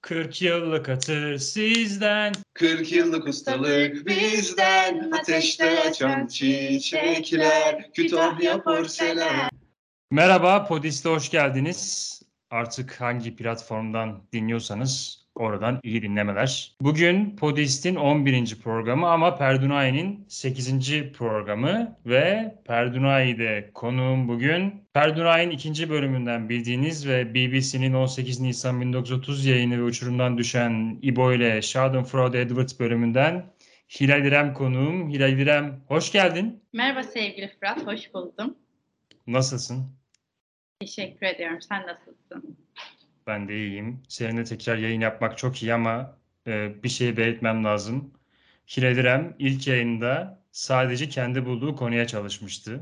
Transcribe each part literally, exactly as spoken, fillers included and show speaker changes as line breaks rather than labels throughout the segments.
kırk yıllık hatır sizden.
Kırk yıllık ustalık bizden. Ateşte açan çiçekler. Kütahya porselen.
Merhaba, Podist'e hoş geldiniz. Artık hangi platformdan dinliyorsanız oradan iyi dinlemeler. Bugün Podist'in on birinci programı ama Perdunai'nin sekizinci programı ve Perdunai'de konuğum bugün Perdunai'nin ikinci bölümünden bildiğiniz ve B B C'nin on sekiz Nisan bin dokuz yüz otuz yayını ve uçurumdan düşen İbo ile Schadenfreude Edward bölümünden Hilal İrem konuğum. Hilal İrem, hoş geldin.
Merhaba sevgili Fırat, hoş buldum.
Nasılsın?
Teşekkür ediyorum. Sen nasılsın?
Ben de iyiyim. Seninle tekrar yayın yapmak çok iyi ama e, bir şey belirtmem lazım. Hilal İrem ilk yayında sadece kendi bulduğu konuya çalışmıştı.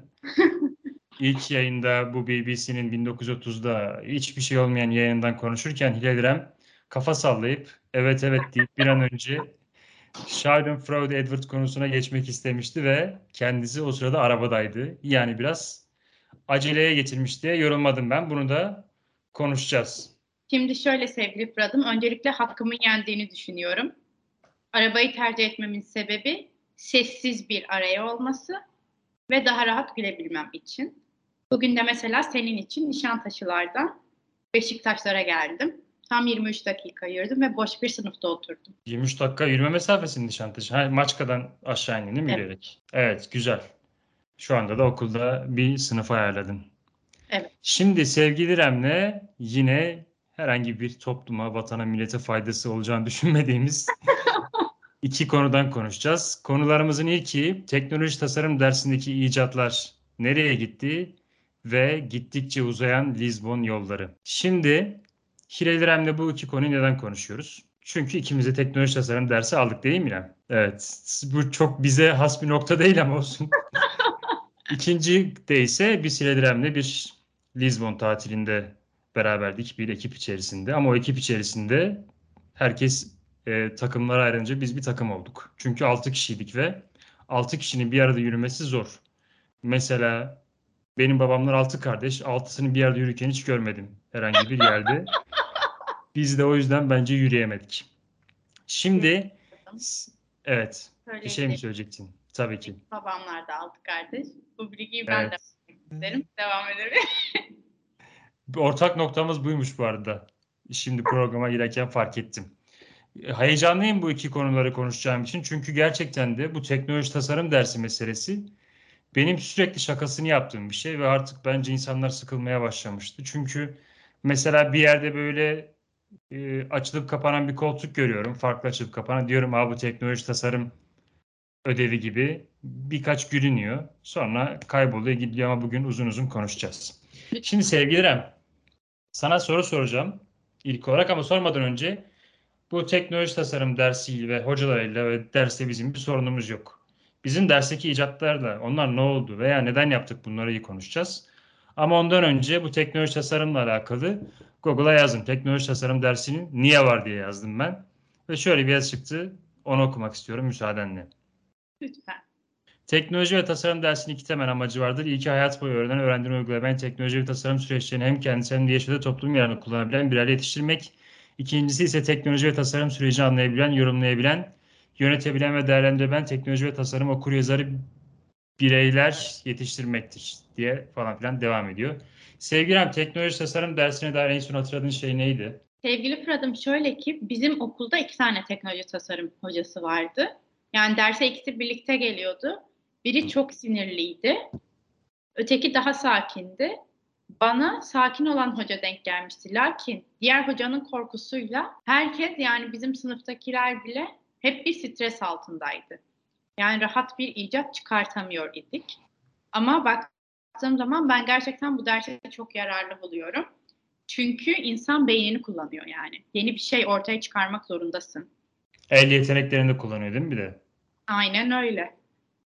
İlk yayında bu B B C'nin bin dokuz yüz otuzda hiçbir şey olmayan yayından konuşurken Hilal İrem kafa sallayıp evet evet deyip bir an önce Schadenfreude Edward konusuna geçmek istemişti ve kendisi o sırada arabadaydı. Yani biraz aceleye getirmiş diye yorumladım ben. Bunu da konuşacağız.
Şimdi şöyle sevgili Fırat'ım, öncelikle hakkımı yendiğini düşünüyorum. Arabayı tercih etmemin sebebi sessiz bir araya olması ve daha rahat gülebilmem için. Bugün de mesela senin için Nişantaşılardan Beşiktaşlara geldim. Tam yirmi üç dakika yürüdüm ve boş bir sınıfta oturdum.
yirmi üç dakika yürüme mesafesinde Nişantaşı. Ha, Maçka'dan aşağı indin değil mi
Evet.
yürüyerek? Evet, güzel. Şu anda da okulda bir sınıf ayarladın.
Evet.
Şimdi sevgili İrem'le yine herhangi bir topluma, vatana, millete faydası olacağını düşünmediğimiz iki konudan konuşacağız. Konularımızın ilki teknoloji tasarım dersindeki icatlar nereye gitti ve gittikçe uzayan Lizbon yolları. Şimdi Hilal İrem'le bu iki konuyu neden konuşuyoruz? Çünkü ikimiz de teknoloji tasarım dersi aldık değil mi İrem? Evet. Bu çok bize has bir nokta değil ama olsun. İkinci de ise biz Hilal İrem'le bir Lizbon tatilinde beraberdik bir ekip içerisinde. Ama o ekip içerisinde herkes e, takımlara ayrılınca biz bir takım olduk. Çünkü altı kişiydik ve altı kişinin bir arada yürümesi zor. Mesela benim babamlar altı kardeş. Altısını bir arada yürürken hiç görmedim herhangi bir yerde. Biz de o yüzden bence yürüyemedik. Şimdi evet, bir şey mi söyleyecektin? Tabii ki.
Babamlar da altı kardeş. Bu bilgiyi ben
Evet.
de vermek isterim. Devam edelim.
Ortak noktamız buymuş bu arada. Şimdi programa girerken fark ettim. Heyecanlıyım bu iki konuları konuşacağım için. Çünkü gerçekten de bu teknoloji tasarım dersi meselesi benim sürekli şakasını yaptığım bir şey ve artık bence insanlar sıkılmaya başlamıştı. Çünkü mesela bir yerde böyle e, açılıp kapanan bir koltuk görüyorum. Farklı açılıp kapanan. Diyorum abi bu teknoloji tasarım ödevi gibi birkaç gülünüyor. Sonra kayboluyor gidiyor ama bugün uzun uzun konuşacağız. Şimdi sevgili İrem, sana soru soracağım ilk olarak ama sormadan önce bu teknoloji tasarım dersiyle ve hocalarıyla ve derste bizim bir sorunumuz yok. Bizim dersteki icatlarla onlar ne oldu veya neden yaptık bunları iyi konuşacağız. Ama ondan önce bu teknoloji tasarımla alakalı Google'a yazdım. Teknoloji tasarım dersinin niye var diye yazdım ben. Ve şöyle bir yazı çıktı. Onu okumak istiyorum müsaadenle.
Lütfen.
Teknoloji ve tasarım dersinin iki temel amacı vardır. İlki hayat boyu öğrenen, öğrendiğini uygulayan teknoloji ve tasarım süreçlerini hem kendisi hem de yaşadığı toplum yararına kullanabilen bir hale yetiştirmek. İkincisi ise teknoloji ve tasarım sürecini anlayabilen, yorumlayabilen, yönetebilen ve değerlendirebilen teknoloji ve tasarım okuryazarı bireyler yetiştirmektir diye falan filan devam ediyor. Sevgili İrem, teknoloji tasarım dersine dair en son hatırladığın şey neydi?
Sevgili Fırat'ım şöyle ki bizim okulda iki tane teknoloji tasarım hocası vardı. Yani derse ikisi birlikte geliyordu. Biri çok sinirliydi. Öteki daha sakindi. Bana sakin olan hoca denk gelmişti. Lakin diğer hocanın korkusuyla herkes yani bizim sınıftakiler bile hep bir stres altındaydı. Yani rahat bir icat çıkartamıyor idik. Ama baktığım zaman ben gerçekten bu dersi çok yararlı buluyorum. Çünkü insan beynini kullanıyor yani. Yeni bir şey ortaya çıkarmak zorundasın.
El yeteneklerini de kullanıyor değil mi bir de?
Aynen öyle.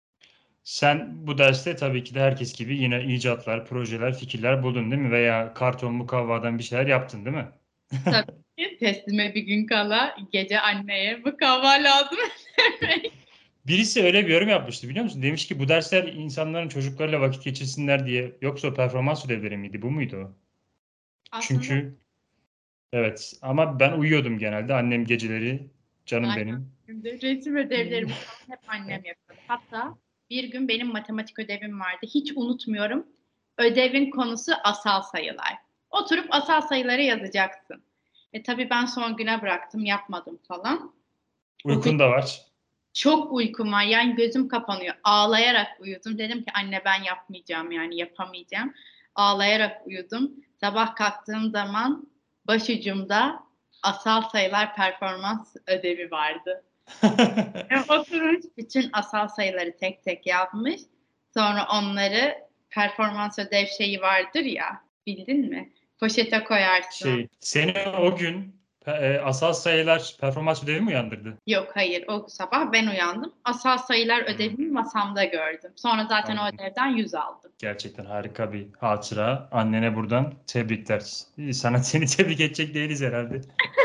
Sen bu derste tabii ki de herkes gibi yine icatlar, projeler, fikirler buldun değil mi? Veya karton mukavvadan bir şeyler yaptın değil mi?
Tabii ki teslime bir gün kala gece anneye mukavva lazım demek.
Birisi öyle bir yorum yapmıştı biliyor musun? Demiş ki bu dersler insanların çocuklarıyla vakit geçirsinler diye. Yoksa o performans ödevleri miydi? Bu muydu o?
Aslında
Çünkü Evet ama ben uyuyordum genelde. Annem geceleri canım
Aynen.
benim.
Şimdi resim ödevlerimi falan hep annem yapıyordu. Hatta bir gün benim matematik ödevim vardı. Hiç unutmuyorum. Ödevin konusu asal sayılar. Oturup asal sayıları yazacaksın. E tabii ben son güne bıraktım, yapmadım falan. O gün
Uykun da var.
çok uykum var. Yani gözüm kapanıyor. Ağlayarak uyudum. Dedim ki anne ben yapmayacağım yani yapamayacağım. Ağlayarak uyudum. Sabah kalktığım zaman başucumda asal sayılar performans ödevi vardı. Yani oturmuş bütün asal sayıları tek tek yapmış. Sonra onları performans ödev şeyi vardır ya, bildin mi? Poşete koyarsın.
Şey, seni o gün e, asal sayılar performans ödevi mi uyandırdı?
Yok hayır, o sabah ben uyandım. Asal sayılar
Hmm,
ödevini masamda gördüm. Sonra zaten o
anladım.
ödevden yüz aldım.
Gerçekten harika bir hatıra. Annene buradan tebrikler. Sana seni tebrik edecek değiliz herhalde.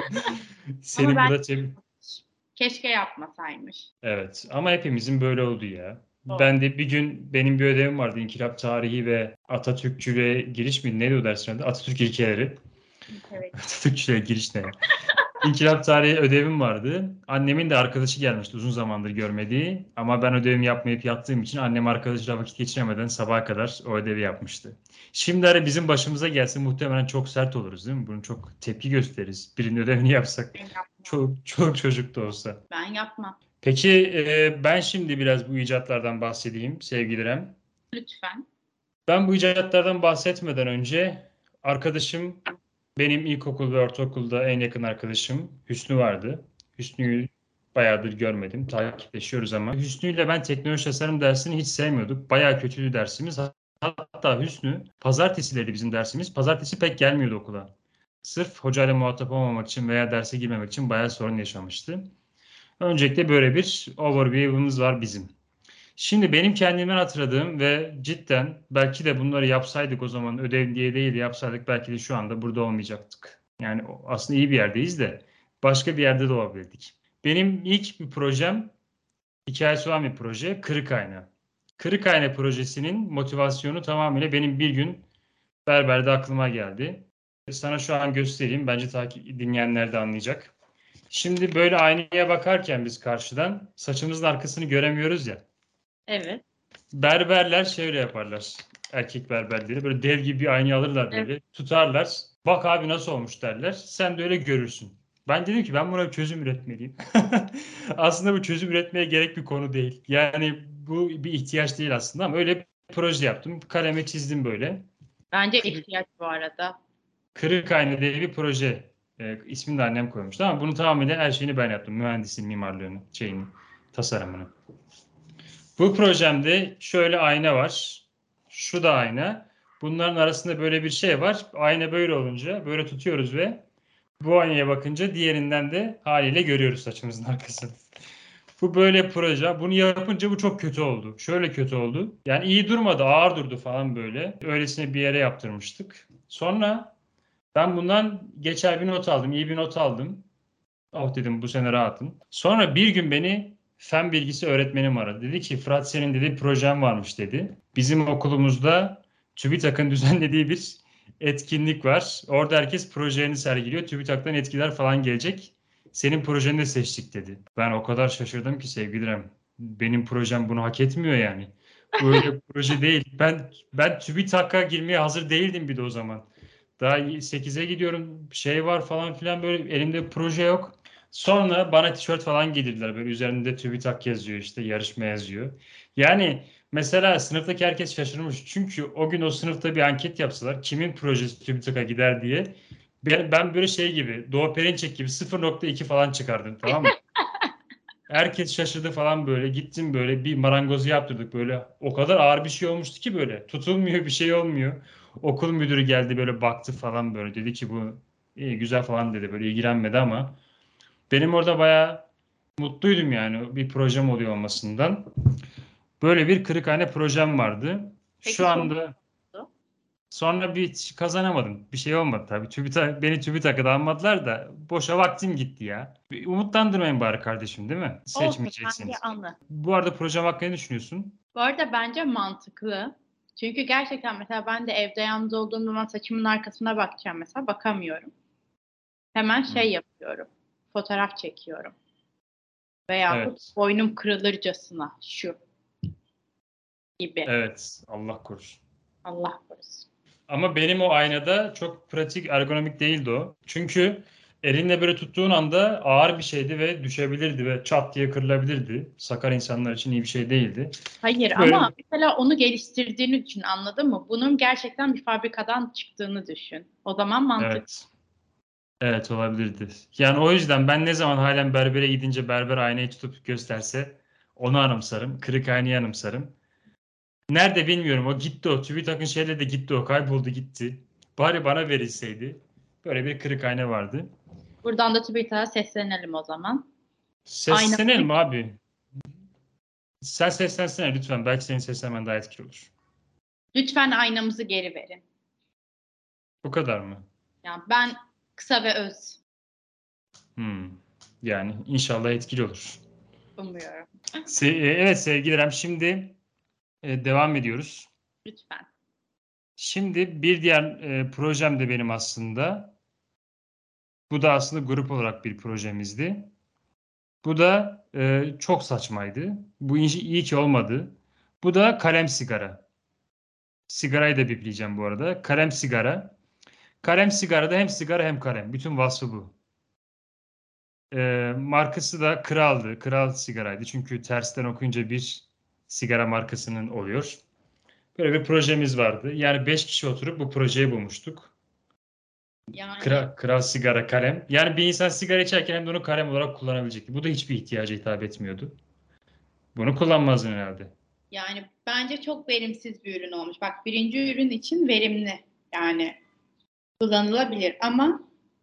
Ama
Senin
ben
burada tebrik...
keşke yapmasaymış.
Evet ama hepimizin böyle oldu ya.
O.
Ben de bir gün benim bir ödevim vardı. İnkılap tarihi ve Atatürkçülüğe giriş miydi? Neydi o dersin adı? Atatürk ilkeleri.
Evet.
Atatürkçülüğe giriş ne? İnkılap tarihi ödevim vardı. Annemin de arkadaşı gelmişti uzun zamandır görmediği. Ama ben ödevimi yapmayıp yattığım için annem arkadaşıyla vakit geçiremeden sabaha kadar o ödevi yapmıştı. Şimdi ara bizim başımıza gelse muhtemelen çok sert oluruz değil mi? Bunu çok tepki gösteririz. Birinin ödevini yapsak.
Ben yapmam.
Çok, çok çocuk da olsa.
Ben yapmam.
Peki e, ben şimdi biraz bu icatlardan bahsedeyim sevgili İrem.
Lütfen.
Ben bu icatlardan bahsetmeden önce arkadaşım benim ilkokul ve ortaokulda en yakın arkadaşım Hüsnü vardı. Hüsnü'yü bayağıdır görmedim. Takipleşiyoruz ama. Hüsnü'yle ben teknoloji tasarım dersini hiç sevmiyorduk. Bayağı kötüydü dersimiz. Hatta Hüsnü pazartesileri bizim dersimiz. Pazartesi pek gelmiyordu okula. Sırf hocayla muhatap olmamak için veya derse girmemek için bayağı sorun yaşamıştı. Öncelikle böyle bir overview'ımız var bizim. Şimdi benim kendimden hatırladığım ve cidden belki de bunları yapsaydık o zaman ödev diye değil de yapsaydık belki de şu anda burada olmayacaktık. Yani aslında iyi bir yerdeyiz de başka bir yerde de olabilirdik. Benim ilk bir projem hikayesi olan bir proje Kırıkayna. Kırıkayna projesinin motivasyonu tamamıyla benim bir gün berberde aklıma geldi. Sana şu an göstereyim. Bence takip dinleyenler de anlayacak. Şimdi böyle aynaya bakarken biz karşıdan saçımızın arkasını göremiyoruz ya.
Evet.
Berberler şöyle yaparlar. Erkek berberleri böyle dev gibi bir aynayı alırlar
Evet.
böyle. Tutarlar. Bak abi nasıl olmuş derler. Sen de öyle görürsün. Ben dedim ki ben buna bir çözüm üretmeliyim. Aslında bu çözüm üretmeye gerek bir konu değil. Yani bu bir ihtiyaç değil aslında ama öyle bir proje yaptım. Kaleme çizdim böyle.
Bence
Kırık,
ihtiyaç bu arada.
Kırık Ayna diye bir proje. E, ismini de annem koymuştu ama bunu tamamen her şeyini ben yaptım. Mühendisin, mimarlığını, şeyini, tasarımını. Bu projemde şöyle ayna var. Şu da ayna. Bunların arasında böyle bir şey var. Ayna böyle olunca böyle tutuyoruz ve bu aynaya bakınca diğerinden de haliyle görüyoruz saçımızın arkasını. Bu böyle proje. Bunu yapınca bu çok kötü oldu. Şöyle kötü oldu. Yani iyi durmadı, ağır durdu falan böyle. Öylesine bir yere yaptırmıştık. Sonra ben bundan geçer bir not aldım, iyi bir not aldım. Oh dedim bu sene rahatım. Sonra bir gün beni fen bilgisi öğretmenim aradı. Dedi ki Fırat senin dedi projen varmış dedi. Bizim okulumuzda TÜBİTAK'ın düzenlediği bir etkinlik var. Orada herkes projelerini sergiliyor. TÜBİTAK'tan etkiler falan gelecek. Senin projeni de seçtik dedi. Ben o kadar şaşırdım ki sevgilim. Benim projem bunu hak etmiyor yani. Bu öyle bir proje değil. Ben ben TÜBİTAK'a girmeye hazır değildim bir de o zaman. Daha sekize gidiyorum. Şey var falan filan böyle elimde bir proje yok. Sonra bana tişört falan giydirdiler. Böyle üzerinde TÜBİTAK yazıyor işte yarışma yazıyor. Yani mesela sınıftaki herkes şaşırmış. Çünkü o gün o sınıfta bir anket yapsalar kimin projesi TÜBİTAK'a gider diye ben, ben böyle şey gibi Doğu Perinçek gibi sıfır nokta iki falan çıkardım tamam mı? Herkes şaşırdı falan böyle. Gittim böyle bir marangozu yaptırdık böyle. O kadar ağır bir şey olmuştu ki böyle. Tutulmuyor bir şey olmuyor. Okul müdürü geldi böyle baktı falan böyle. Dedi ki bu iyi güzel falan dedi. Böyle ilgilenmedi ama benim orada bayağı mutluydum yani bir projem oluyor olmasından. Böyle bir Kırıkhane projem vardı.
Peki
Şu
sonuç
anda
oldu.
sonra bir kazanamadım. Bir şey olmadı tabii. TÜBİTAK, beni TÜBİTAK'a da almadılar da boşa vaktim gitti ya. Bir umutlandırmayın bari kardeşim değil mi?
Olsun bence
Seçmeyeceksiniz.
anı.
Bu arada projem hakkında ne düşünüyorsun?
Bu arada bence mantıklı. Çünkü gerçekten mesela ben de evde yalnız olduğum zaman saçımın arkasına bakacağım mesela bakamıyorum. Hemen şey
Hı.
yapıyorum. Fotoğraf çekiyorum. Veya
Evet.
boynum kırılırcasına şu gibi.
Evet. Allah korusun.
Allah korusun.
Ama benim o aynada çok pratik, ergonomik değildi o. Çünkü elinle böyle tuttuğun anda ağır bir şeydi ve düşebilirdi ve çat diye kırılabilirdi. Sakar insanlar için iyi bir şey değildi.
Hayır
Böyle
ama mesela onu geliştirdiğini düşün, anladın mı? Bunun gerçekten bir fabrikadan çıktığını düşün. O zaman mantıklı.
evet. Evet olabilirdi. Yani o yüzden ben ne zaman halen berbere gidince berber aynayı tutup gösterse onu anımsarım. Kırık aynayı anımsarım. Nerede bilmiyorum. O gitti o. TÜBİTAK'ın şeyle de gitti o. Kayboldu gitti. Bari bana verilseydi. Böyle bir kırık ayna vardı.
Buradan da TÜBİTAK'a seslenelim o zaman.
Seslenelim
Aynamızı,
abi. Sen seslensene lütfen. Belki senin seslenmen daha etkili olur.
lütfen aynamızı geri verin.
Bu kadar mı?
Yani ben kısa ve öz
Hmm. Yani inşallah etkili olur.
umuyorum.
Se- e, evet sevgili İrem, şimdi e, devam ediyoruz.
Lütfen.
Şimdi bir diğer e, projem de benim aslında. Bu da aslında grup olarak bir projemizdi. Bu da e, çok saçmaydı. Bu işi iyi ki olmadı. Bu da kalem sigara. Sigarayı da bipleyeceğim bu arada. Kalem sigara. Kalem sigarada hem sigara hem kalem. Bütün vasfı bu. E, markası da Kral'dı. Kral sigaraydı. Çünkü tersten okuyunca bir sigara markasının oluyor. Böyle bir projemiz vardı. Yani beş kişi oturup bu projeyi bulmuştuk.
Yani
Kral, kral sigara kalem. Yani bir insan sigara içerken hem de onu kalem olarak kullanabilecekti. Bu da hiçbir ihtiyaca hitap etmiyordu. Bunu kullanmazdın herhalde.
yani bence çok verimsiz bir ürün olmuş. Bak birinci ürün için verimli. Yani kullanılabilir ama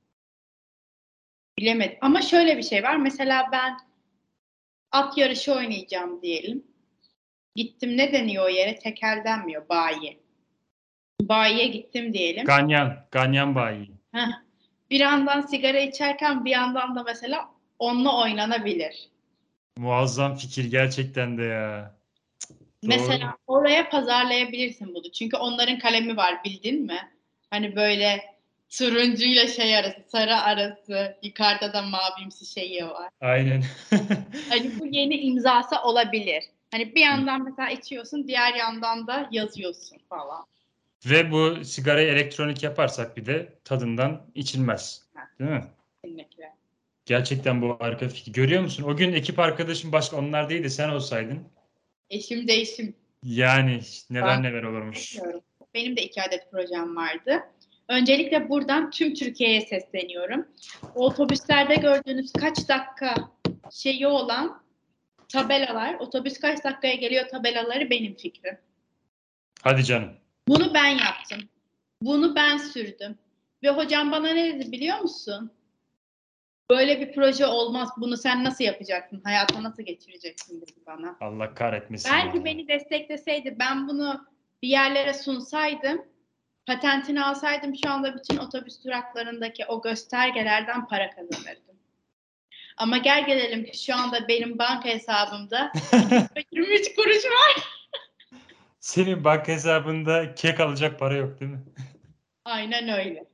bilemedim. Ama şöyle bir şey var. Mesela ben at yarışı oynayacağım diyelim. Gittim ne deniyor o yere? Tekel denmiyor. Bayi. Bayiye gittim diyelim.
Ganyan. Ganyan bayi.
Heh. Bir yandan sigara içerken bir yandan da mesela onunla oynanabilir.
Muazzam fikir gerçekten de ya. Doğru.
Mesela oraya pazarlayabilirsin bunu. Çünkü onların kalemi var bildin mi? Hani böyle turuncuyla şey arası, sarı arası, yukarıda da mavimsi şeyi var.
Aynen.
Hani bu yeni imzası olabilir. Hani bir yandan mesela içiyorsun, diğer yandan da yazıyorsun falan.
Ve bu sigarayı elektronik yaparsak bir de tadından içilmez.
Ha,
Değil mi?
kesinlikle.
Gerçekten bu harika fikir. Görüyor musun? O gün ekip arkadaşım başka onlar değil de sen olsaydın.
Eşim değişim.
Yani neler
Ben
neler olurmuş.
bilmiyorum. Benim de iki adet projem vardı. Öncelikle buradan tüm Türkiye'ye sesleniyorum. O otobüslerde gördüğünüz kaç dakika şeyi olan tabelalar, otobüs kaç dakikaya geliyor tabelaları benim fikrim.
Hadi canım.
Bunu ben yaptım. Bunu ben sürdüm. Ve hocam bana ne dedi biliyor musun? Böyle bir proje olmaz. Bunu sen nasıl yapacaksın? Hayata nasıl geçireceksin dedi bana.
Allah kahretmesin
Belki
ya.
beni destekleseydi, ben bunu bir yerlere sunsaydım, patentini alsaydım şu anda bütün otobüs duraklarındaki o göstergelerden para kazanırdım. Ama gel gelelim ki şu anda benim banka hesabımda yirmi üç kuruş var.
Senin banka hesabında kek alacak para yok değil mi?
Aynen öyle.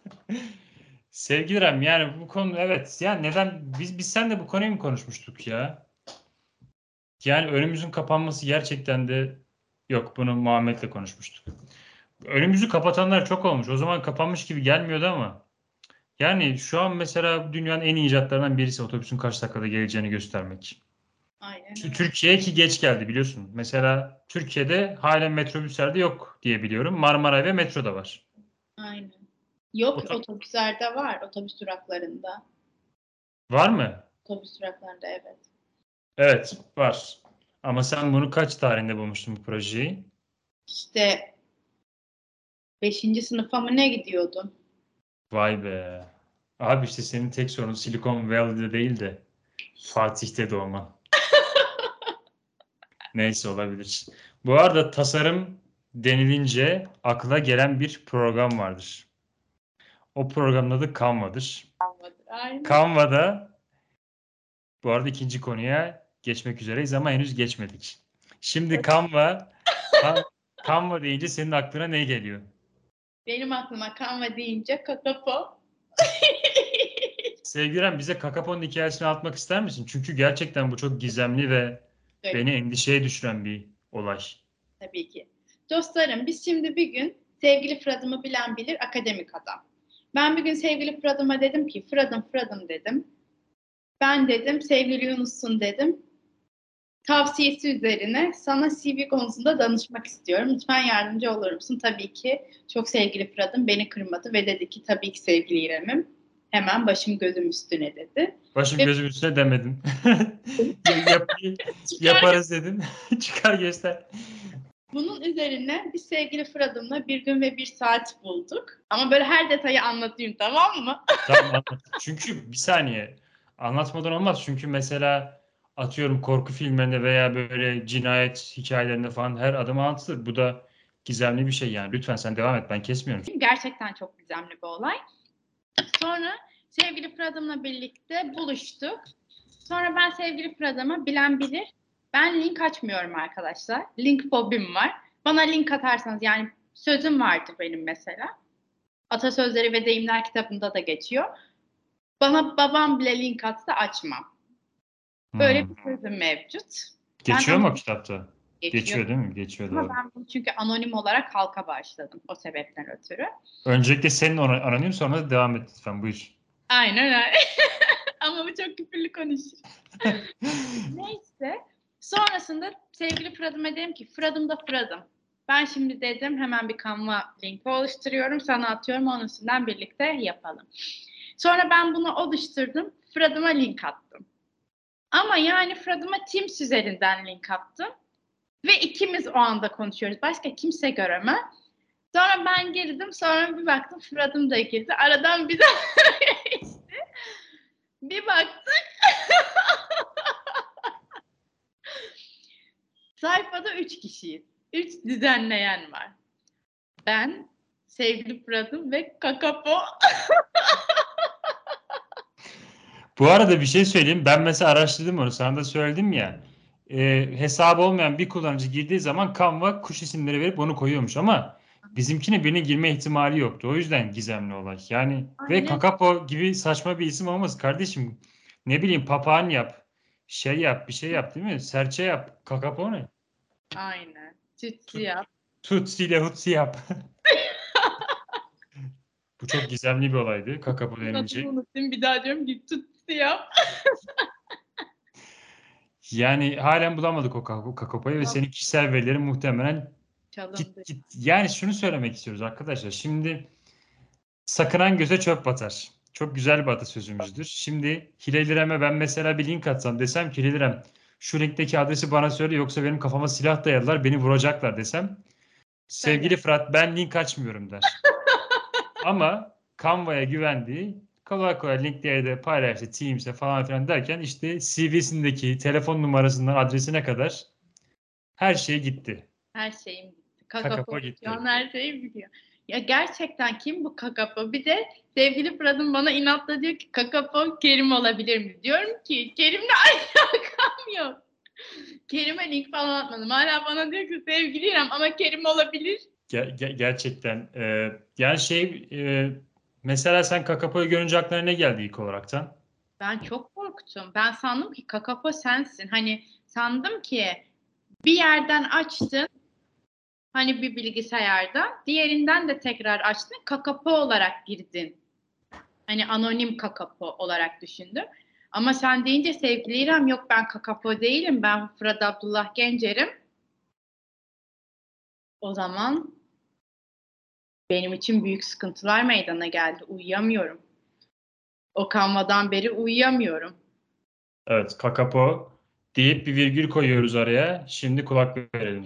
Sevgili İrem, yani bu konu evet. Yani neden biz biz sen de bu konuyu mu konuşmuştuk ya? Yani önümüzün kapanması gerçekten de yok. Bunu Muhammed'le konuşmuştuk. Önümüzü kapatanlar çok olmuş. O zaman kapanmış gibi gelmiyordu ama. Yani şu an mesela dünyanın en iyi icatlarından birisi otobüsün kaç dakikada geleceğini göstermek.
Aynen
Şu
öyle.
Türkiye'ye ki geç geldi biliyorsun. Mesela Türkiye'de halen metrobüslerde yok diye biliyorum. Marmaray ve metro da var.
Aynen. Yok
Oto-
otobüslerde var. Otobüs duraklarında.
Var mı?
Otobüs duraklarında evet.
Evet, var. Ama sen bunu kaç tarihinde bulmuştun bu projeyi?
İşte beşinci sınıfa mı ne gidiyordum?
Vay be. Abi işte senin tek sorun Silicon Valley'de değil de Fatih'te doğman. Neyse olabilir. Bu arada tasarım denilince akla gelen bir program vardır. O programın adı Canva'dır.
Aynen.
Canva'da bu arada ikinci konuya geçmek üzereyiz ama henüz geçmedik. Şimdi Canva, Can- Canva deyince senin aklına ne geliyor?
Benim aklıma Canva deyince Kakafo.
Sevgili İrem, bize Kakapo'nun hikayesini anlatmak ister misin? Çünkü gerçekten bu çok gizemli ve
Evet.
beni endişeye düşüren bir olay.
Tabii ki. Dostlarım, biz şimdi bir gün sevgili Fırat'ımı bilen bilir akademik adam. Ben bir gün sevgili Fırat'ıma dedim ki Fırat'ım Fırat'ım dedim. Ben dedim sevgili Yunus'un dedim. Tavsiyesi üzerine sana C V konusunda danışmak istiyorum. Lütfen yardımcı olur musun? Tabii ki çok sevgili Fırat'ım beni kırmadı ve dedi ki tabii ki sevgili İrem'im. Hemen başım gözüm üstüne dedi.
Başım
Ve
gözüm üstüne demedim. Ya- yap-
çıkar
yaparız dedim. Çıkar göster.
Bunun üzerine biz sevgili Fırat'ımla bir gün ve bir saat bulduk. Ama böyle her detayı anlatayım, tamam mı?
Tamam anlat. Çünkü bir saniye anlatmadan olmaz. Çünkü mesela atıyorum korku filmlerinde veya böyle cinayet hikayelerinde falan her adım anlatılır. Bu da gizemli bir şey yani. Lütfen sen devam et. Ben kesmiyorum.
Gerçekten çok gizemli bir olay. Sonra sevgili Fırat'ımla birlikte buluştuk. Sonra ben sevgili Fırat'ıma bilen bilir. Ben link açmıyorum arkadaşlar. Link fobim var. Bana link atarsanız yani sözüm vardır benim mesela. Atasözleri ve Deyimler kitabında da geçiyor. Bana babam bile link atsa açmam. Böyle
Hmm.
bir sözüm mevcut.
Geçiyor
Ben
mu o kitapta?
geçiyor.
Geçiyor değil mi? Geçiyor
Ama
doğru.
ben bunu çünkü anonim olarak halka bağışladım o sebepten ötürü.
Öncelikle senin ona aranayım sonra da devam et lütfen. Buyur.
Aynen öyle. Ama bu çok küfürlü konuşur. Neyse. Sonrasında sevgili Fırat'ıma dedim ki Fırat'ım da Fırat'ım. Ben şimdi dedim hemen bir Canva linki oluşturuyorum. Sana atıyorum onun üstünden birlikte yapalım. Sonra ben bunu oluşturdum. Fırat'ıma link attım. Ama yani Fırat'ıma Teams üzerinden link attım. Ve ikimiz o anda konuşuyoruz. Başka kimse göremez. Sonra ben girdim. Sonra bir baktım Fırat'ım da girdi. Aradan bir geçti. Bir baktık. Sayfada üç kişiyiz. Üç düzenleyen var. Ben, sevgili Fırat'ım ve Kakapo.
Bu arada bir şey söyleyeyim. Ben mesela araştırdım onu. Sana da söyledim ya. E, hesabı olmayan bir kullanıcı girdiği zaman Canva kuş isimleri verip onu koyuyormuş ama bizimkine birine girme ihtimali yoktu. O yüzden gizemli olay. Yani ve
Aynen.
Kakapo gibi saçma bir isim olmaz kardeşim. Ne bileyim papağan yap. Şey yap, bir şey yap değil mi? Serçe yap. Kakapo ne?
Aynen. Tütsü
Tut,
yap.
tutsi ile hutsi yap. Bu çok gizemli bir olaydı. Kakapo
Adını
denince.
unuttum. Bir daha diyorum ki tütsü yap.
Yani halen bulamadık o Kak- Kakopa'yı ve senin kişisel verilerin muhtemelen
Çalındı.
git git. Yani şunu söylemek istiyoruz arkadaşlar. Şimdi sakınan göze çöp batar. Çok güzel bir atasözümüzdür. Şimdi Hilal İrem'e ben mesela bir link atsam desem ki Hilal İrem şu linkteki adresi bana söyle yoksa benim kafama silah dayadılar beni vuracaklar desem.
Söyle.
Sevgili Fırat ben link açmıyorum der. Ama Canva'ya güvendiği kolay kolay linkleri de paylaştı Teams'e falan filan derken işte C V'sindeki telefon numarasından adresine kadar her şey gitti.
Her şeyim gitti.
Kakapo
Kakapo şu
gitti.
an her şeyi biliyor. Ya gerçekten kim bu Kakapo? Bir de sevgili Fırat'ım bana inatla diyor ki Kakapo Kerim olabilir mi? Diyorum ki Kerim'le alakam yok. Kerim'e link falan atmadım. Hala bana diyor ki sevgili İrem ama Kerim olabilir.
Ger- ger- gerçekten. E, yani şey e, mesela sen Kakapo'yu görünce aklına ne geldi ilk olaraktan?
Ben çok korktum. Ben sandım ki Kakapo sensin. Hani sandım ki bir yerden açtın hani bir bilgisayardan diğerinden de tekrar açtın Kakapo olarak girdin. Hani anonim Kakapo olarak düşündüm. Ama sen deyince sevgili İrem yok ben Kakapo değilim. Ben Fırat Abdullah Gencer'im. O zaman benim için büyük sıkıntılar meydana geldi. Uyuyamıyorum. O kanvadan beri uyuyamıyorum.
Evet, Kakapo deyip bir virgül koyuyoruz araya. Şimdi kulak verelim.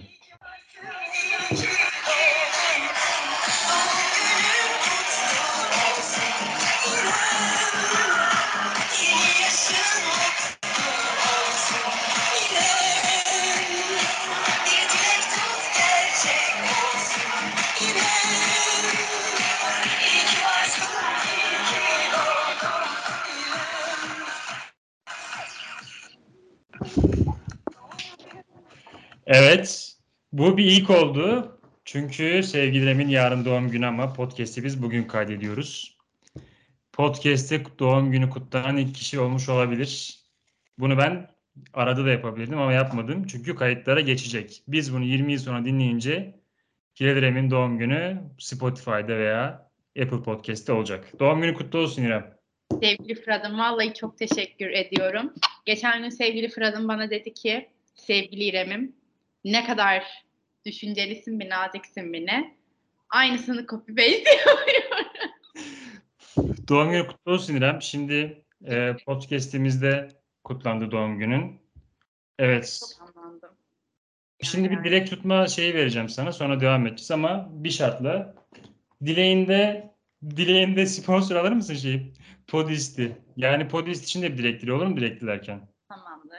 Evet, bu bir ilk oldu. Çünkü sevgili Emin yarın doğum günü ama podcast'i biz bugün kaydediyoruz. podcast'te doğum günü kutlanan ilk kişi olmuş olabilir. Bunu ben arada da yapabilirdim ama yapmadım. Çünkü kayıtlara geçecek. Biz bunu yirmi yıl sonra dinleyince Hilal İrem'in doğum günü Spotify'da veya Apple Podcast'te olacak. Doğum günü kutlu olsun İrem.
Sevgili Fırat'ım vallahi çok teşekkür ediyorum. Geçen gün sevgili Fırat'ım bana dedi ki sevgili İrem'im ne kadar düşüncelisin bir naziksin bir ne. Aynısını copy paste yapıyorum.
Doğum günü kutlu olsun İrem. Şimdi e, podcast'imizde kutlandı doğum günün. Evet.
Çok anladım.
Şimdi bir dilek tutma şeyi vereceğim sana. Sonra devam edeceğiz ama bir şartla. Dileğinde dileğinde sponsor alır mısın şeyi? Podist'i. Yani Podist için de bir dilek dile olur mu dilek dilerken?
Tamamdır.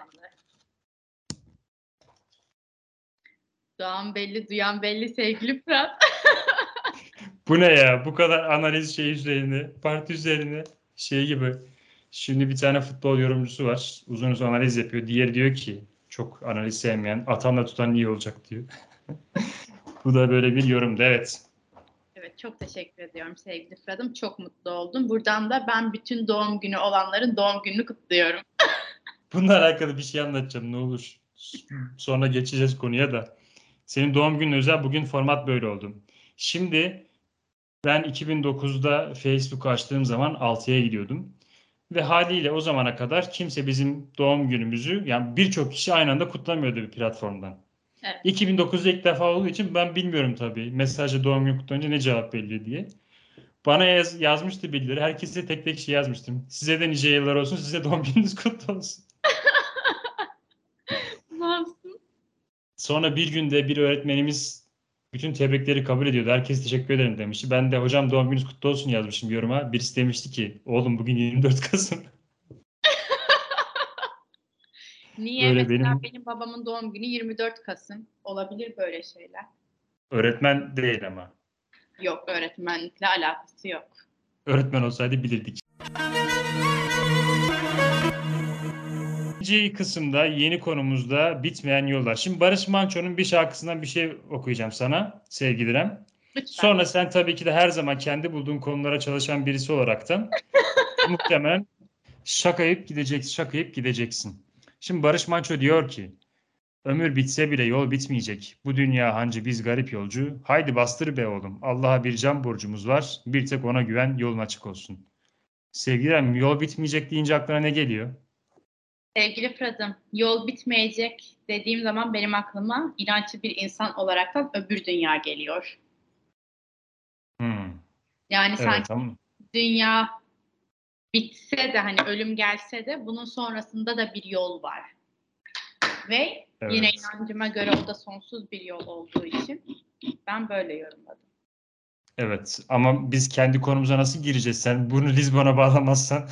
Doğan belli, duyan belli sevgili Fırat.
Bu ne ya? Bu kadar analiz şey üzerine, parti üzerine şey gibi. Şimdi bir tane futbol yorumcusu var. Uzun uzun analiz yapıyor. Diğeri diyor ki çok analiz sevmeyen, atanla tutan iyi olacak diyor. Bu da böyle bir yorumdu. Evet.
Evet çok teşekkür ediyorum sevgili Fırat'ım. Çok mutlu oldum. Buradan da ben bütün doğum günü olanların doğum gününü kutluyorum.
Bununla alakalı bir şey anlatacağım ne olur. Sonra geçeceğiz konuya da. Senin doğum günün özel. Bugün format böyle oldu. Şimdi ben iki bin dokuzda Facebook açtığım zaman altıya gidiyordum. Ve haliyle o zamana kadar kimse bizim doğum günümüzü yani birçok kişi aynı anda kutlamıyordu bir platformdan.
Evet.
iki bin dokuzda ilk defa olduğu için ben bilmiyorum tabii. Mesajda doğum günü kutlanınca ne cevap veriliyor diye. Bana yaz, yazmıştı birileri. Herkese tek tek şey yazmıştım. Size de nice yıllar olsun. Size doğum gününüz kutlu olsun.
Masum.
Sonra bir günde bir öğretmenimiz bütün tebrikleri kabul ediyordu. Herkese teşekkür ederim demişti. Ben de hocam doğum gününüz kutlu olsun yazmışım yoruma. Birisi demişti ki oğlum bugün yirmi dört Kasım.
Niye?
Böyle
Mesela
benim
benim babamın doğum günü yirmi dört Kasım. Olabilir böyle şeyler.
öğretmen değil ama.
Yok öğretmenlikle alakası yok.
Öğretmen olsaydı bilirdik. İkinci kısımda yeni konumuzda bitmeyen yollar. Şimdi Barış Manço'nun bir şarkısından bir şey okuyacağım sana sevgili İrem.
Lütfen.
Sonra sen tabii ki de her zaman kendi bulduğun konulara çalışan birisi olaraktan muhtemelen şakayıp gideceksin, şakayıp gideceksin. Şimdi Barış Manço diyor ki, ömür bitse bile yol bitmeyecek. Bu dünya hancı biz garip yolcu. Haydi bastır be oğlum. Allah'a bir can borcumuz var. Bir tek ona güven, yolun açık olsun. Sevgili İrem, yol bitmeyecek deyince aklına ne geliyor?
Sevgili Fırat'ım, yol bitmeyecek dediğim zaman benim aklıma inançlı bir insan olaraktan öbür dünya geliyor.
Hmm,
Yani sanki
evet ama
dünya bitse de hani ölüm gelse de bunun sonrasında da bir yol var. Ve yine
evet.
inancıma göre o da sonsuz bir yol olduğu için ben böyle yorumladım.
Evet ama biz kendi konumuza nasıl gireceğiz? Sen bunu Lizbon'a bağlamazsan.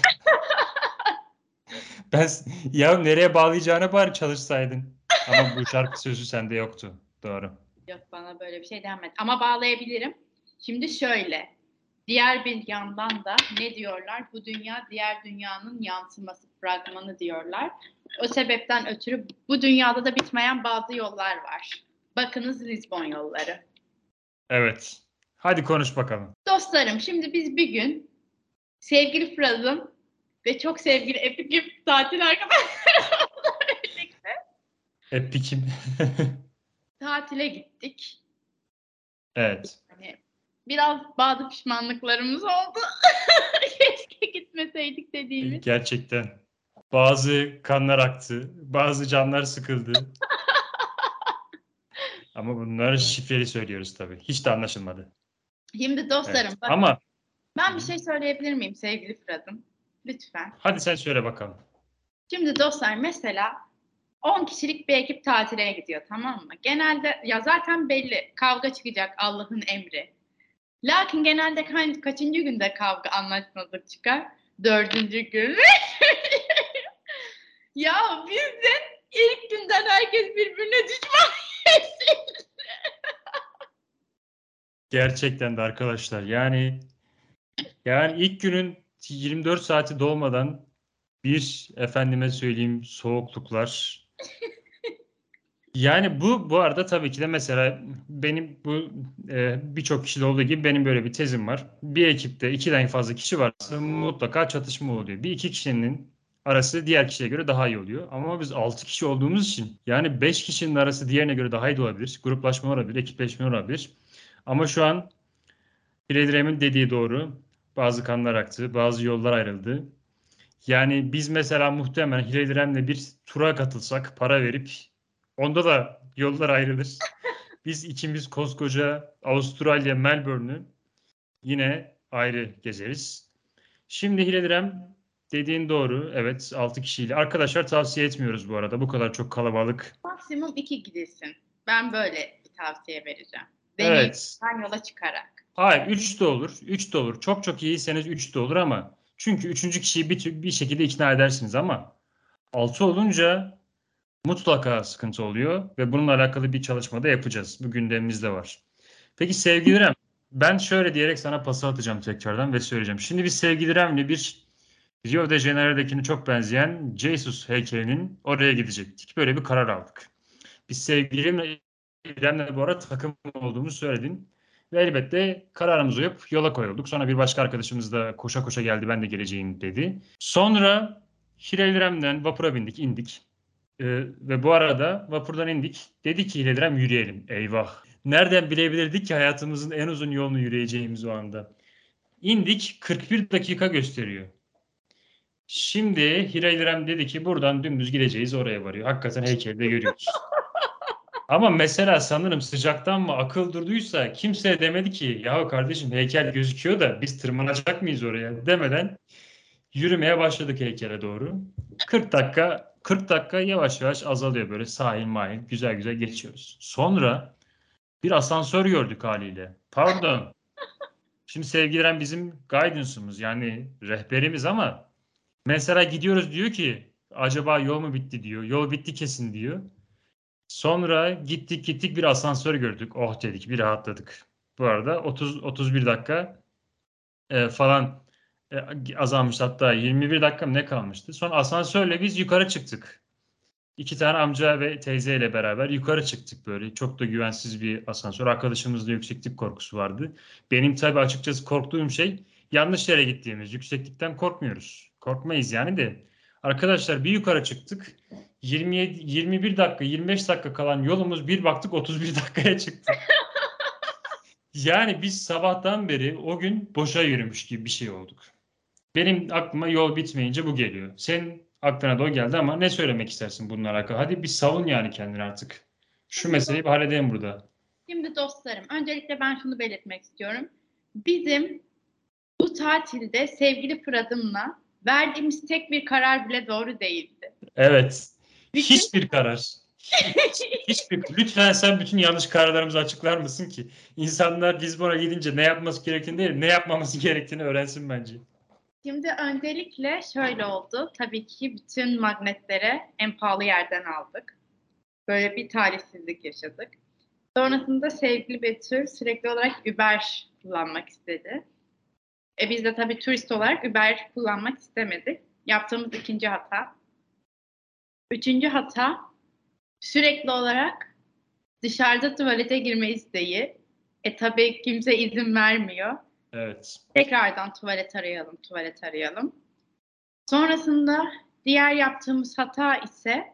Ben ya nereye bağlayacağına bari çalışsaydın. Ama bu şarkı sözü sende yoktu. Doğru.
Yok bana böyle bir şey denmedi. Ama bağlayabilirim. Şimdi şöyle. Diğer bir yandan da ne diyorlar? Bu dünya diğer dünyanın yansıması, fragmanı diyorlar. O sebepten ötürü bu dünyada da bitmeyen bazı yollar var. Bakınız Lizbon yolları.
Evet. Hadi konuş bakalım.
Dostlarım şimdi biz bir gün sevgili Fırat'ım ve çok sevgili Epik'im tatil arkadaşlarımla birlikte
Epic'im.
tatile gittik.
Evet.
Hani biraz bazı pişmanlıklarımız oldu. Keşke gitmeseydik dediğimiz.
Gerçekten. Bazı kanlar aktı. Bazı canlar sıkıldı. Ama bunları şifreli söylüyoruz tabii. Hiç de anlaşılmadı.
Şimdi dostlarım
Evet.
bakın
Ama
ben bir şey söyleyebilir miyim sevgili Fırat'ım? Lütfen.
hadi sen söyle bakalım.
Şimdi dostlar mesela on kişilik bir ekip tatile gidiyor tamam mı? Genelde ya zaten belli kavga çıkacak Allah'ın emri. Lakin genelde ka- kaçıncı günde kavga anlaşmazlık çıkar? Dördüncü gün. Ya bizde ilk günden herkes birbirine düşman kesildi.
Gerçekten de arkadaşlar. Yani yani ilk günün yirmi dört saati dolmadan bir efendime söyleyeyim soğukluklar, Yani bu bu arada tabii ki de mesela benim bu e, birçok kişide olduğu gibi benim böyle bir tezim var. Bir ekipte ikiden fazla kişi varsa mutlaka çatışma oluyor. Bir iki kişinin arası diğer kişiye göre daha iyi oluyor. Ama biz altı kişi olduğumuz için yani beş kişinin arası diğerine göre daha iyi de olabilir. Gruplaşma olabilir, ekipleşme olabilir. Ama şu an Hileydrem'in dediği doğru. Bazı kanlar aktı, bazı yollar ayrıldı. Yani biz mesela muhtemelen Hileydrem'le bir tura katılsak para verip onda da yollar ayrılır. Biz ikimiz koskoca Avustralya, Melbourne'ü yine ayrı gezeriz. Şimdi Hileydrem dediğin doğru. Evet, altı kişiyle. Arkadaşlar tavsiye etmiyoruz bu arada. Bu kadar çok kalabalık.
Maksimum iki gidilsin. Ben böyle bir tavsiye vereceğim.
Evet.
Deneyimden yola çıkarak.
Hayır, üç de olur. üç de olur. Çok çok iyiyseniz üç de olur ama çünkü üçüncü kişiyi bir, bir şekilde ikna edersiniz ama altı olunca mutlaka sıkıntı oluyor ve bununla alakalı bir çalışma da yapacağız. Bu gündemimizde var. Peki sevgili İrem, ben şöyle diyerek sana pası atacağım tekrardan ve söyleyeceğim. Şimdi biz sevgili İrem'le bir Rio de Janeiro'dakine çok benzeyen Jesus heykelinin oraya gidecektik. Böyle bir karar aldık. Biz sevgili İrem'le bu arada takım olduğumuzu söyledin. Ve elbette kararımızı uyup yola koyulduk. Sonra bir başka arkadaşımız da koşa koşa geldi ben de geleceğim dedi. Sonra Hilal'den vapura bindik, indik. Ee, ve bu arada vapurdan indik. Dedi ki Hilal'den yürüyelim. Eyvah. Nereden bilebilirdik ki hayatımızın en uzun yolunu yürüyeceğimiz o anda. İndik kırk bir dakika gösteriyor. Şimdi Hilal İrem dedi ki buradan dümdüz gideceğiz oraya varıyor. Hakikaten heykelde görüyoruz. Ama mesela sanırım sıcaktan mı akıl durduysa kimse demedi ki ya kardeşim heykel gözüküyor da biz tırmanacak mıyız oraya demeden yürümeye başladık heykele doğru. kırk dakika kırk dakika yavaş yavaş azalıyor böyle sahil mahil güzel güzel geçiyoruz. Sonra bir asansör gördük haliyle. Pardon. Şimdi sevgili İrem bizim guidance'ımız yani rehberimiz ama mesela gidiyoruz diyor ki acaba yol mu bitti diyor. Yol bitti kesin diyor. Sonra gittik gittik bir asansör gördük. Oh dedik bir rahatladık. Bu arada otuz otuz bir dakika e, falan e, azalmış hatta yirmi bir dakika mı ne kalmıştı. Sonra asansörle biz yukarı çıktık. İki tane amca ve teyzeyle beraber yukarı çıktık böyle. Çok da güvensiz bir asansör. Arkadaşımızda yükseklik korkusu vardı. Benim tabii açıkçası korktuğum şey yanlış yere gittiğimiz. Yükseklikten korkmuyoruz. Korkmayız yani de. Arkadaşlar bir yukarı çıktık. yirmi yedi, yirmi bir dakika, yirmi beş dakika kalan yolumuz bir baktık otuz bir dakikaya çıktı. Yani biz sabahtan beri o gün boşa yürümüş gibi bir şey olduk. Benim aklıma yol bitmeyince bu geliyor. Senin aklına da o geldi ama ne söylemek istersin bununla alakalı? Hadi bir savun yani kendini artık. Şu meseleyi bir halledelim burada.
Şimdi dostlarım, öncelikle ben şunu belirtmek istiyorum. Bizim bu tatilde sevgili Fırat'ımla verdiğimiz tek bir karar bile doğru değildi.
Evet.
Bütün...
Hiçbir karar. Hiç, hiçbir, lütfen sen bütün yanlış kararlarımızı açıklar mısın ki insanlar Lizbon'a gidince ne yapması gerektiğini değil, ne yapmaması gerektiğini öğrensin bence.
Şimdi öncelikle şöyle oldu. Tabii ki bütün magnetlere en pahalı yerden aldık. Böyle bir talihsizlik yaşadık. Sonrasında sevgili Betül sürekli olarak Uber kullanmak istedi. E biz de tabii turist olarak Uber kullanmak istemedik. Yaptığımız ikinci hata. Üçüncü hata sürekli olarak dışarıda tuvalete girme isteği. E tabii kimse izin vermiyor.
Evet.
Tekrardan tuvalet arayalım, tuvalet arayalım. Sonrasında diğer yaptığımız hata ise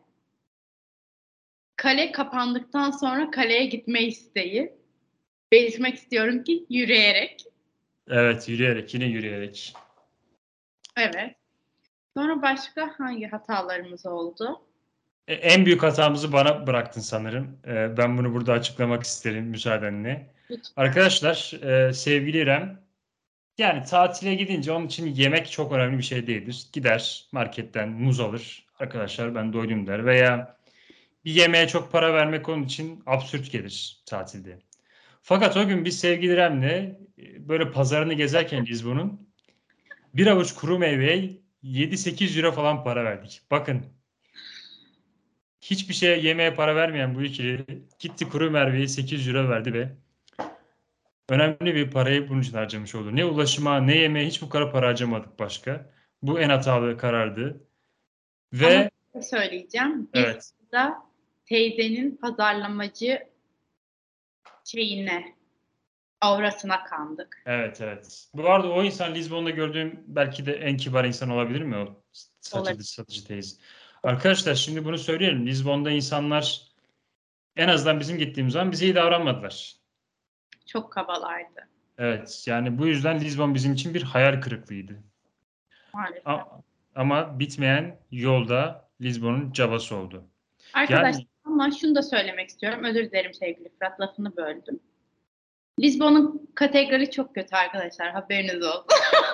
kale kapandıktan sonra kaleye gitme isteği. Belirtmek istiyorum ki yürüyerek.
Evet, yürüyerek, yine yürüyerek.
Evet. Sonra başka hangi hatalarımız oldu?
E, En büyük hatamızı bana bıraktın sanırım. E, Ben bunu burada açıklamak isterim müsaadenle.
Lütfen.
Arkadaşlar, e, sevgili İrem, yani tatile gidince onun için yemek çok önemli bir şey değildir. Gider marketten muz alır. Arkadaşlar ben doydum der. Veya bir yemeğe çok para vermek onun için absürt gelir tatilde. Fakat o gün biz sevgili İrem'le e, böyle pazarını gezerken Lizbon'un bir avuç kuru meyveye yedi sekiz euro falan para verdik. Bakın hiçbir şeye yemeğe para vermeyen bu ikili gitti kuru meyveye sekiz euro verdi ve önemli bir parayı bunun için harcamış oldu. Ne ulaşıma ne yemeğe hiç bu kadar para harcamadık başka. Bu en hatalı karardı.
Ama
Ve
bir şey söyleyeceğim. Biz
evet
burada teyzenin pazarlamacı şeyine, aurasına kandık.
Evet, evet. Bu arada o insan Lizbon'da gördüğüm belki de en kibar insan olabilir mi o satıcı,
Olabilir.
satıcı teyze? Arkadaşlar şimdi bunu söyleyelim. Lizbon'da insanlar en azından bizim gittiğimiz zaman bize iyi davranmadılar.
Çok kabalardı
Evet, yani bu yüzden Lizbon bizim için bir hayal kırıklığıydı.
maalesef.
A- Ama bitmeyen yolda Lizbon'un cabası oldu.
Arkadaşlar
Yani
ama şunu da söylemek istiyorum. Özür dilerim sevgili Fırat, lafını böldüm. Lizbon'un kategori çok kötü arkadaşlar. Haberiniz olsun.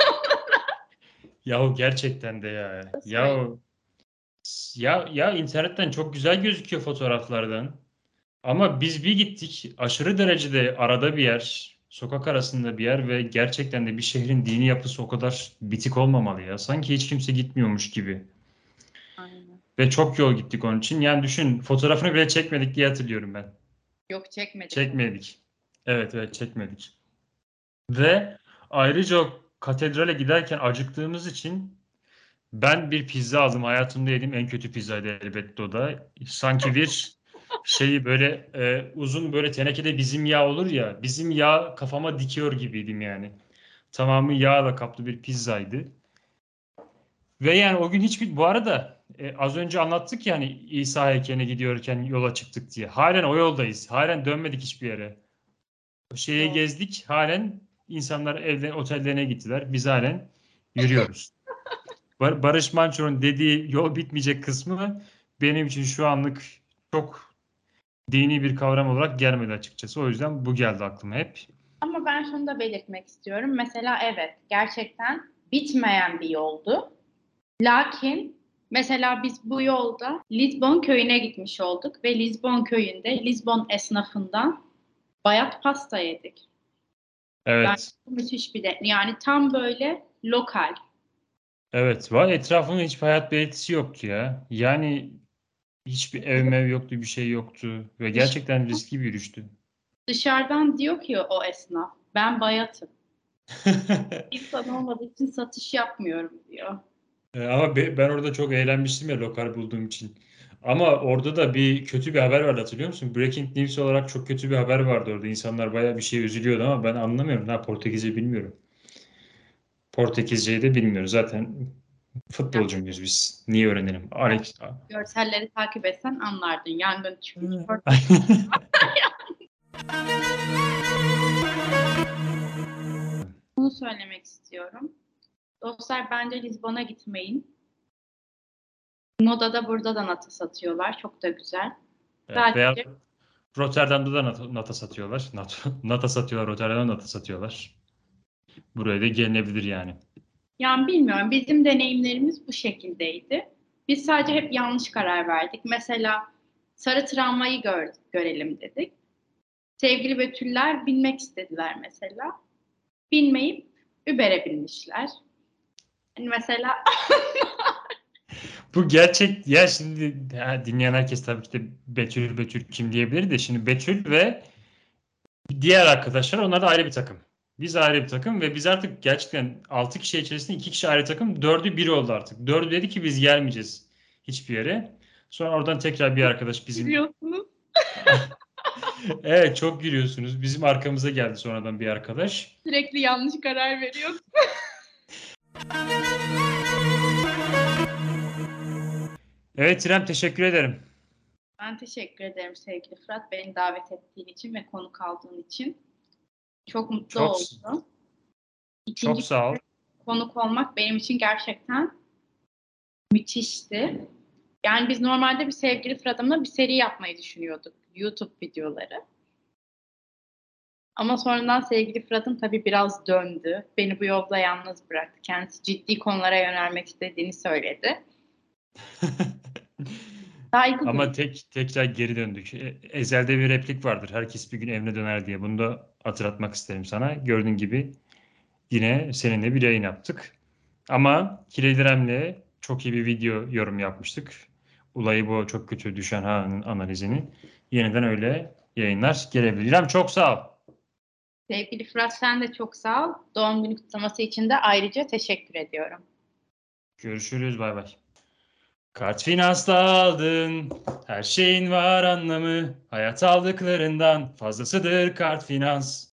yahu gerçekten de ya.
Söyle.
Ya ya ya internetten çok güzel gözüküyor fotoğraflardan. Ama biz bir gittik aşırı derecede arada bir yer, sokak arasında bir yer ve gerçekten de bir şehrin dini yapısı o kadar bitik olmamalı ya. Sanki hiç kimse gitmiyormuş gibi.
Aynen.
Ve çok yol gittik onun için. Yani düşün fotoğrafını bile çekmedik diye hatırlıyorum ben.
Yok, çekmedik.
Çekmedik. Evet, evet, çekmedik. Ve ayrıca o katedrale giderken acıktığımız için ben bir pizza aldım. Hayatımda yediğim en kötü pizzaydı elbette o da. Sanki bir şeyi böyle e, uzun böyle tenekede bizim yağ olur ya. Bizim yağ kafama dikiyor gibiydim yani. Tamamı yağla kaplı bir pizzaydı. Ve yani o gün hiçbir bu arada e, az önce anlattık ya hani İsa heykeline gidiyorken yola çıktık diye. Halen o yoldayız. Halen dönmedik hiçbir yere. O şeyi
Doğru.
gezdik. Halen insanlar evden otellerine gittiler. Biz halen yürüyoruz. Bar- Barış Manço'nun dediği yol bitmeyecek kısmı benim için şu anlık çok dini bir kavram olarak gelmedi açıkçası. O yüzden bu geldi aklıma hep.
Ama ben şunu da belirtmek istiyorum. Mesela evet, gerçekten bitmeyen bir yoldu. Lakin mesela biz bu yolda Lizbon köyüne gitmiş olduk ve Lizbon köyünde Lizbon esnafından bayat pasta yedik. Yani
Evet.
bu müthiş bir de yani tam böyle lokal.
Evet. Var etrafında hiçbir hayat belirtisi yoktu ya. Yani hiçbir ev mev yoktu, bir şey yoktu. Ve
Dış-
gerçekten riskli bir yürüyüştü.
Dışarıdan diyor ki o esnaf, ben bayatım. İnsan olmadığı için satış yapmıyorum diyor.
E, Ama be- ben orada çok eğlenmiştim ya lokal bulduğum için. Ama orada da bir kötü bir haber vardı hatırlıyor musun? Breaking News olarak çok kötü bir haber vardı orada. İnsanlar bayağı bir şey üzülüyordu ama ben anlamıyorum. Ha Portekizce bilmiyorum. Portekizceyi de bilmiyoruz. Zaten
Yani
futbolcu muyuz biz? Niye öğrenelim? Alex.
görselleri takip etsen anlardın. Yangın çıkmış. Bunu söylemek istiyorum. Dostlar, bence Lizbon'a gitmeyin. Moda'da burada da nata satıyorlar. Çok da güzel.
Evet, veya
Sadece
Rotterdam'da da nata, nata satıyorlar. Nata, nata satıyorlar. Rotterdam'da nata satıyorlar. Buraya da gelinebilir yani.
yani bilmiyorum. Bizim deneyimlerimiz bu şekildeydi. Biz sadece hep yanlış karar verdik. Mesela sarı tramvayı gör, görelim dedik. Sevgili Betüller binmek istediler mesela. Binmeyip Uber'e binmişler. Yani mesela
Bu gerçek ya şimdi ha, dinleyen herkes tabii ki de Betül Betül kim diyebilir de şimdi Betül ve diğer arkadaşlar onlar da ayrı bir takım. Biz ayrı bir takım ve biz artık gerçekten altı kişi içerisinde iki kişi ayrı takım. Dördü bir oldu artık. Dördü dedi ki biz gelmeyeceğiz hiçbir yere. Sonra oradan tekrar bir arkadaş bizim
biliyorsunuz.
evet çok gülüyorsunuz. Bizim arkamıza geldi sonradan bir arkadaş.
Sürekli yanlış karar veriyor.
Evet İrem teşekkür ederim.
Ben teşekkür ederim sevgili Fırat. Beni davet ettiğin için ve konuk aldığın için. Çok mutlu
Çok
oldum.
çok
İkinci
sağ ol.
konuk olmak benim için gerçekten müthişti. Yani biz normalde bir sevgili Fırat'ımla bir seri yapmayı düşünüyorduk. YouTube videoları. Ama sonradan sevgili Fırat'ım tabii biraz döndü. Beni bu yolda yalnız bıraktı. Kendisi ciddi konulara yönelmek istediğini söyledi. Saygı
Ama
duyuyorum.
tek tekrar geri döndük. E- Ezel'de bir replik vardır. Herkes bir gün evine döner diye. Bunu da hatırlatmak isterim sana. Gördüğün gibi yine seninle bir yayın yaptık. Ama Kiredirem'le çok iyi bir video yorum yapmıştık. Ulayı bu çok kötü düşen hanın analizini. Yeniden öyle yayınlar gelebilir. İrem çok sağ ol.
Sevgili Fırat, sen de çok sağ ol. Doğum günü kutlaması için de ayrıca teşekkür ediyorum.
Görüşürüz. Bay bay. Kart Finans'ta aldın, her şeyin var anlamı. Hayat aldıklarından fazlasıdır Kart Finans.